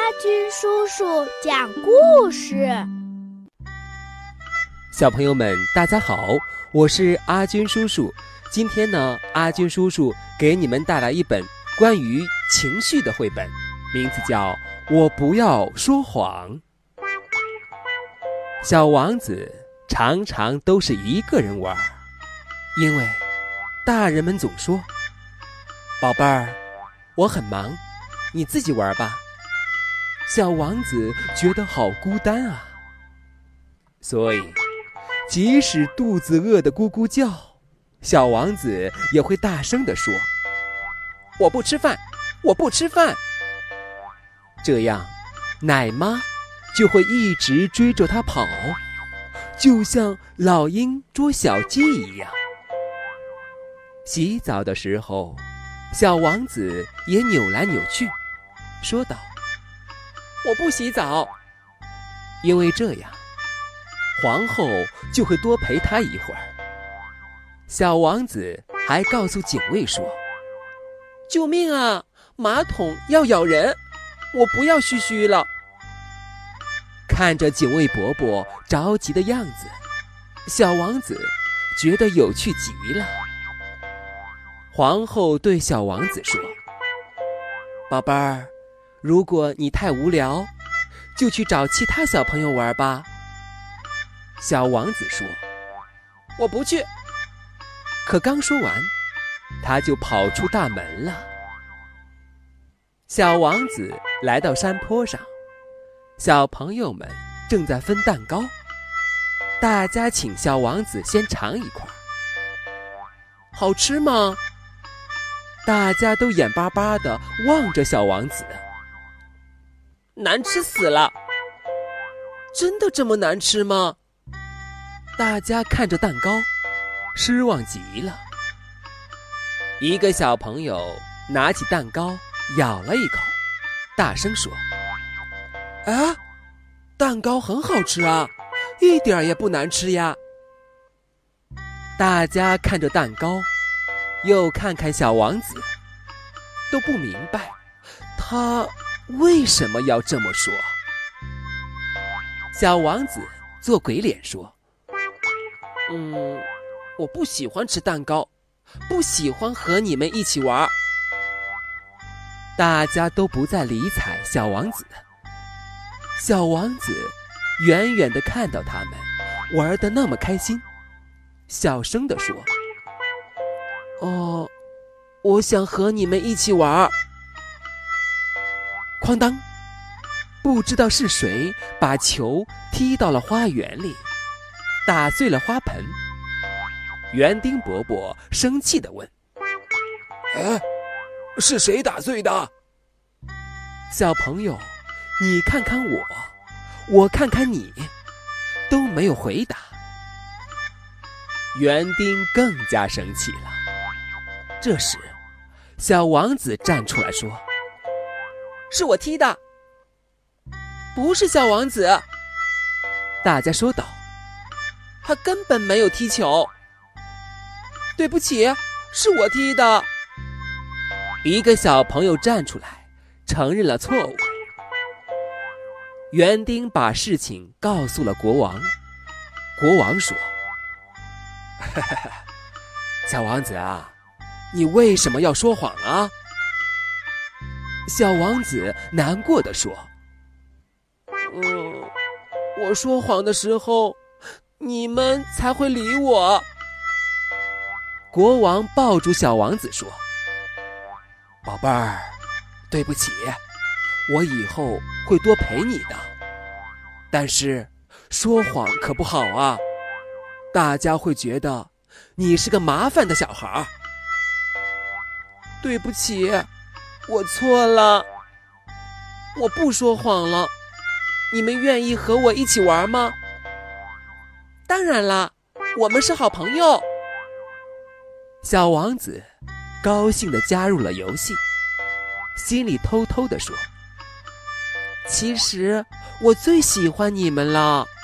军叔叔讲故事。 小朋友们大家好，我是阿军叔叔。今天呢，阿军叔叔给你们带来一本关于情绪的绘本，名字叫《我不要说谎》。小王子常常都是一个人玩，因为大人们总说，宝贝儿，我很忙，你自己玩吧。小王子觉得好孤单啊，所以即使肚子饿得咕咕叫，小王子也会大声地说，我不吃饭，我不吃饭。这样奶妈就会一直追着他跑，就像老鹰捉小鸡一样。洗澡的时候，小王子也扭来扭去，说道，我不洗澡。因为这样，皇后就会多陪他一会儿。小王子还告诉警卫说，救命啊，马桶要咬人，我不要嘘嘘了。看着警卫伯伯着急的样子，小王子觉得有趣极了。皇后对小王子说，宝贝儿，如果你太无聊，就去找其他小朋友玩吧。小王子说，我不去。可刚说完，他就跑出大门了。小王子来到山坡上，小朋友们正在分蛋糕，大家请小王子先尝一块。好吃吗？大家都眼巴巴地望着小王子。难吃死了。真的这么难吃吗？大家看着蛋糕，失望极了。一个小朋友拿起蛋糕咬了一口，大声说，啊，蛋糕很好吃啊，一点也不难吃呀。大家看着蛋糕，又看看小王子，都不明白他为什么要这么说。小王子做鬼脸说，我不喜欢吃蛋糕，不喜欢和你们一起玩。大家都不再理睬小王子。小王子远远地看到他们玩得那么开心，小声地说，哦，我想和你们一起玩。哐当，不知道是谁把球踢到了花园里，打碎了花盆。园丁伯伯生气地问，是谁打碎的？小朋友，你看看我，我看看你，都没有回答。园丁更加生气了。这时，小王子站出来说，是我踢的。不是小王子，大家说道，他根本没有踢球。对不起，是我踢的。一个小朋友站出来承认了错误。园丁把事情告诉了国王。国王说，小王子啊，你为什么要说谎啊？小王子难过地说，我说谎的时候，你们才会理我。国王抱住小王子说，宝贝儿，对不起，我以后会多陪你的。但是说谎可不好啊，大家会觉得你是个麻烦的小孩。对不起，我错了，我不说谎了。你们愿意和我一起玩吗？当然啦，我们是好朋友。小王子高兴地加入了游戏，心里偷偷地说，其实我最喜欢你们了。